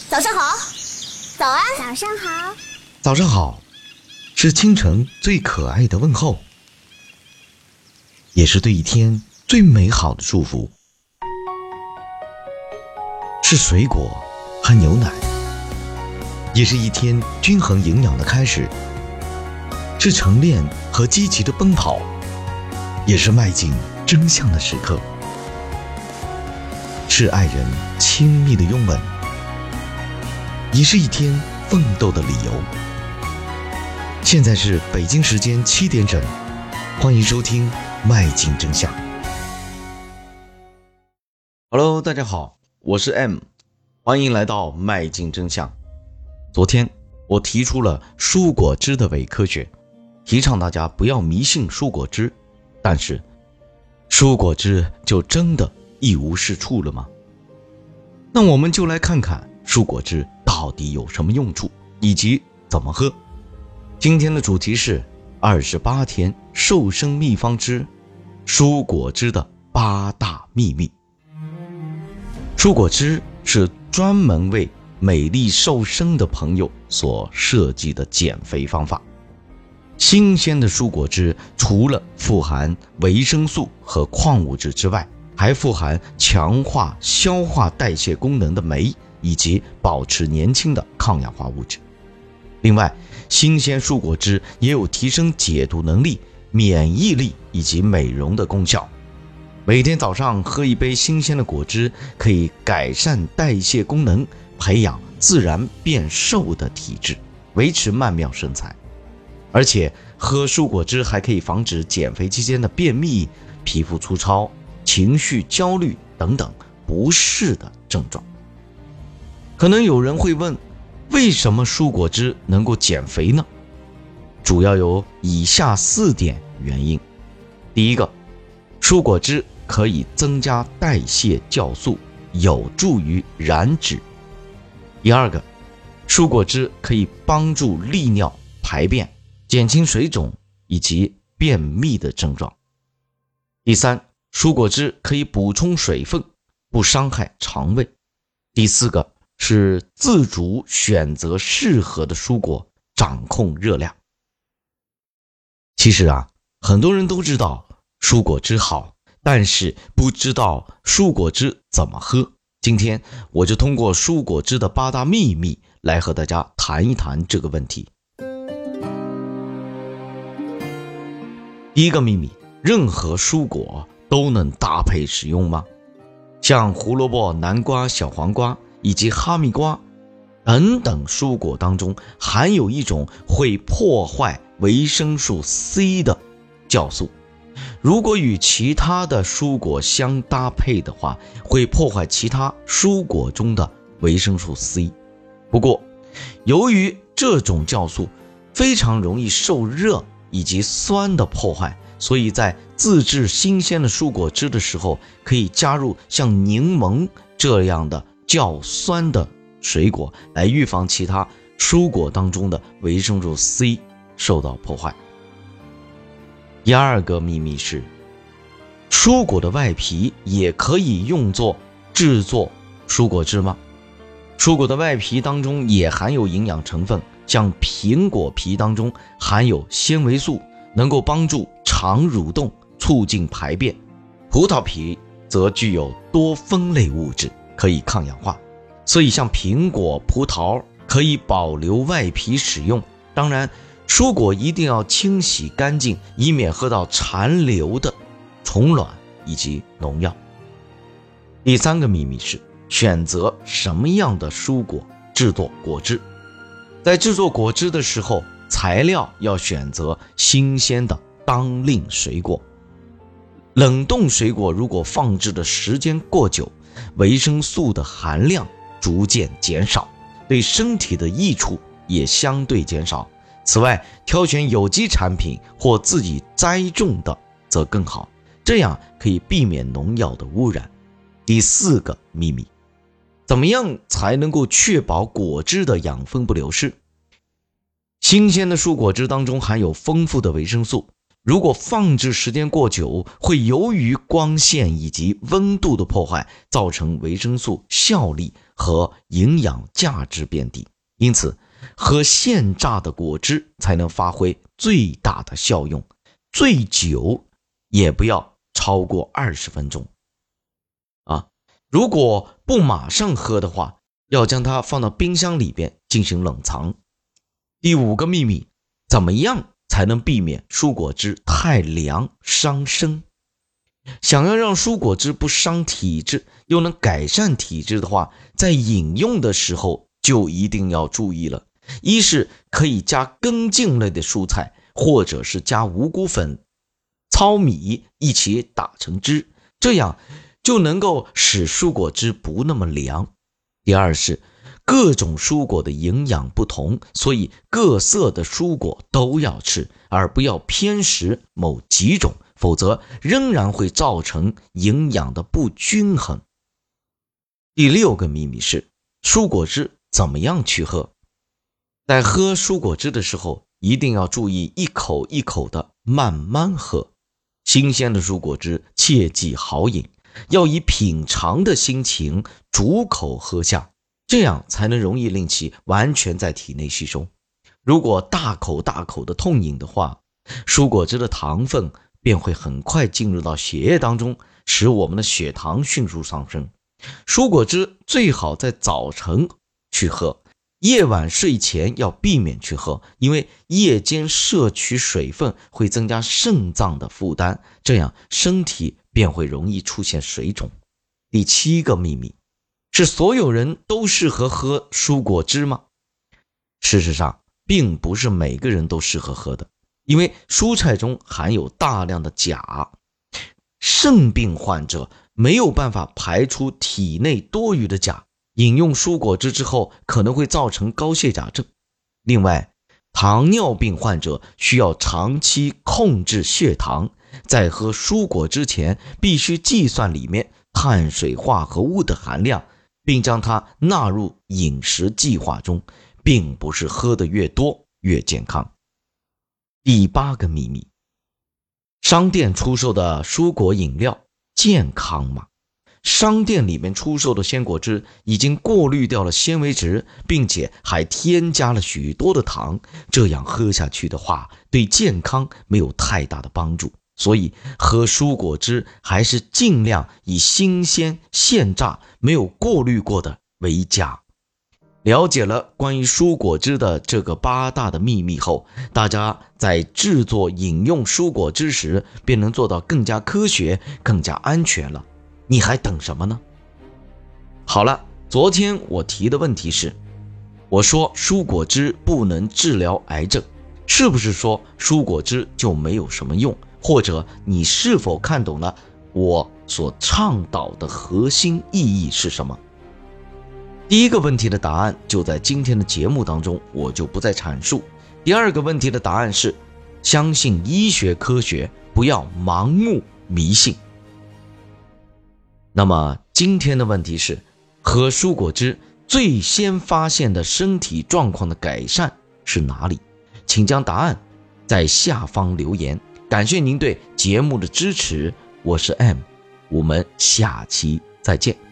早上好，早安， 早上好， 早上好，是清晨最可爱的问候，也是对一天最美好的祝福。是水果和牛奶，也是一天均衡营养的开始。是晨练和积极的奔跑，也是迈进真相的时刻。是爱人亲密的拥吻，也是一天奋斗的理由。现在是北京时间7点整，欢迎收听迈进真相。Hello， 大家好，我是 M， 欢迎来到迈进真相。昨天我提出了蔬果汁的伪科学，提倡大家不要迷信蔬果汁，但是蔬果汁就真的一无是处了吗？那我们就来看看蔬果汁到底有什么用处，以及怎么喝。今天的主题是28天瘦身秘方之蔬果汁的8大秘密。蔬果汁是专门为美丽瘦身的朋友所设计的减肥方法。新鲜的蔬果汁除了富含维生素和矿物质之外，还富含强化消化代谢功能的酶以及保持年轻的抗氧化物质。另外，新鲜蔬果汁也有提升解毒能力、免疫力以及美容的功效。每天早上喝一杯新鲜的果汁，可以改善代谢功能，培养自然变瘦的体质，维持曼妙身材。而且喝蔬果汁还可以防止减肥期间的便秘、皮肤粗糙、情绪焦虑等等不适的症状。可能有人会问，为什么蔬果汁能够减肥呢？主要有以下4点原因。第一个，蔬果汁可以增加代谢酵素，有助于燃脂。第二个，蔬果汁可以帮助利尿排便，减轻水肿以及便秘的症状。第三，蔬果汁可以补充水分，不伤害肠胃。第四个是自主选择适合的蔬果，掌控热量。其实很多人都知道蔬果汁好，但是不知道蔬果汁怎么喝。今天我就通过蔬果汁的8大秘密来和大家谈一谈这个问题。第一个秘密，任何蔬果都能搭配使用吗？像胡萝卜、南瓜、小黄瓜以及哈密瓜等等蔬果当中，含有一种会破坏维生素 C 的酵素，如果与其他的蔬果相搭配的话，会破坏其他蔬果中的维生素 C。 不过由于这种酵素非常容易受热以及酸的破坏，所以在自制新鲜的蔬果汁的时候，可以加入像柠檬这样的较酸的水果，来预防其他蔬果当中的维生素 C 受到破坏。第二个秘密是，蔬果的外皮也可以用作制作蔬果汁吗？蔬果的外皮当中也含有营养成分，像苹果皮当中含有纤维素，能够帮助肠蠕动，促进排便。葡萄皮则具有多酚类物质，可以抗氧化，所以像苹果、葡萄可以保留外皮使用。当然，蔬果一定要清洗干净，以免喝到残留的虫卵以及农药。第三个秘密是，选择什么样的蔬果制作果汁。在制作果汁的时候，材料要选择新鲜的当令水果。冷冻水果如果放置的时间过久，维生素的含量逐渐减少，对身体的益处也相对减少。此外，挑选有机产品或自己栽种的则更好，这样可以避免农药的污染。第四个秘密，怎么样才能够确保果汁的养分不流失？新鲜的蔬果汁当中含有丰富的维生素， 如果放置时间过久，会由于光线以及温度的破坏，造成维生素效力和营养价值变低。因此，喝现榨的果汁才能发挥最大的效用，最久也不要超过20分钟。如果不马上喝的话，要将它放到冰箱里边进行冷藏。第5个秘密，怎么样才能避免蔬果汁太凉伤身？想要让蔬果汁不伤体质，又能改善体质的话，在饮用的时候就一定要注意了。一是可以加根茎类的蔬菜，或者是加五谷粉、糙米一起打成汁，这样就能够使蔬果汁不那么凉。第二是各种蔬果的营养不同，所以各色的蔬果都要吃，而不要偏食某几种，否则仍然会造成营养的不均衡。第6个秘密是蔬果汁怎么样去喝。在喝蔬果汁的时候，一定要注意一口一口的慢慢喝。新鲜的蔬果汁切忌豪饮，要以品尝的心情逐口喝下，这样才能容易令其完全在体内吸收。如果大口大口的痛饮的话，蔬果汁的糖分便会很快进入到血液当中，使我们的血糖迅速上升。蔬果汁最好在早晨去喝，夜晚睡前要避免去喝，因为夜间摄取水分会增加肾脏的负担，这样身体便会容易出现水肿。第7个秘密是所有人都适合喝蔬果汁吗？事实上，并不是每个人都适合喝的，因为蔬菜中含有大量的钾，肾病患者没有办法排出体内多余的钾，饮用蔬果汁之后可能会造成高血钾症。另外，糖尿病患者需要长期控制血糖，在喝蔬果汁前必须计算里面碳水化合物的含量，并将它纳入饮食计划中，并不是喝得越多越健康。第8个秘密，商店出售的蔬果饮料健康吗？商店里面出售的鲜果汁已经过滤掉了纤维质，并且还添加了许多的糖，这样喝下去的话，对健康没有太大的帮助。所以喝蔬果汁还是尽量以新鲜现榨没有过滤过的为佳。了解了关于蔬果汁的这个8大的秘密后，大家在制作饮用蔬果汁时便能做到更加科学更加安全了，你还等什么呢？好了，昨天我提的问题是，我说蔬果汁不能治疗癌症，是不是说蔬果汁就没有什么用？或者你是否看懂了我所倡导的核心意义是什么？第1个问题的答案就在今天的节目当中，我就不再阐述。第2个问题的答案是，相信医学科学，不要盲目迷信。那么今天的问题是，喝蔬果汁最先发现的身体状况的改善是哪里？请将答案在下方留言。感谢您对节目的支持，我是 M， 我们下期再见。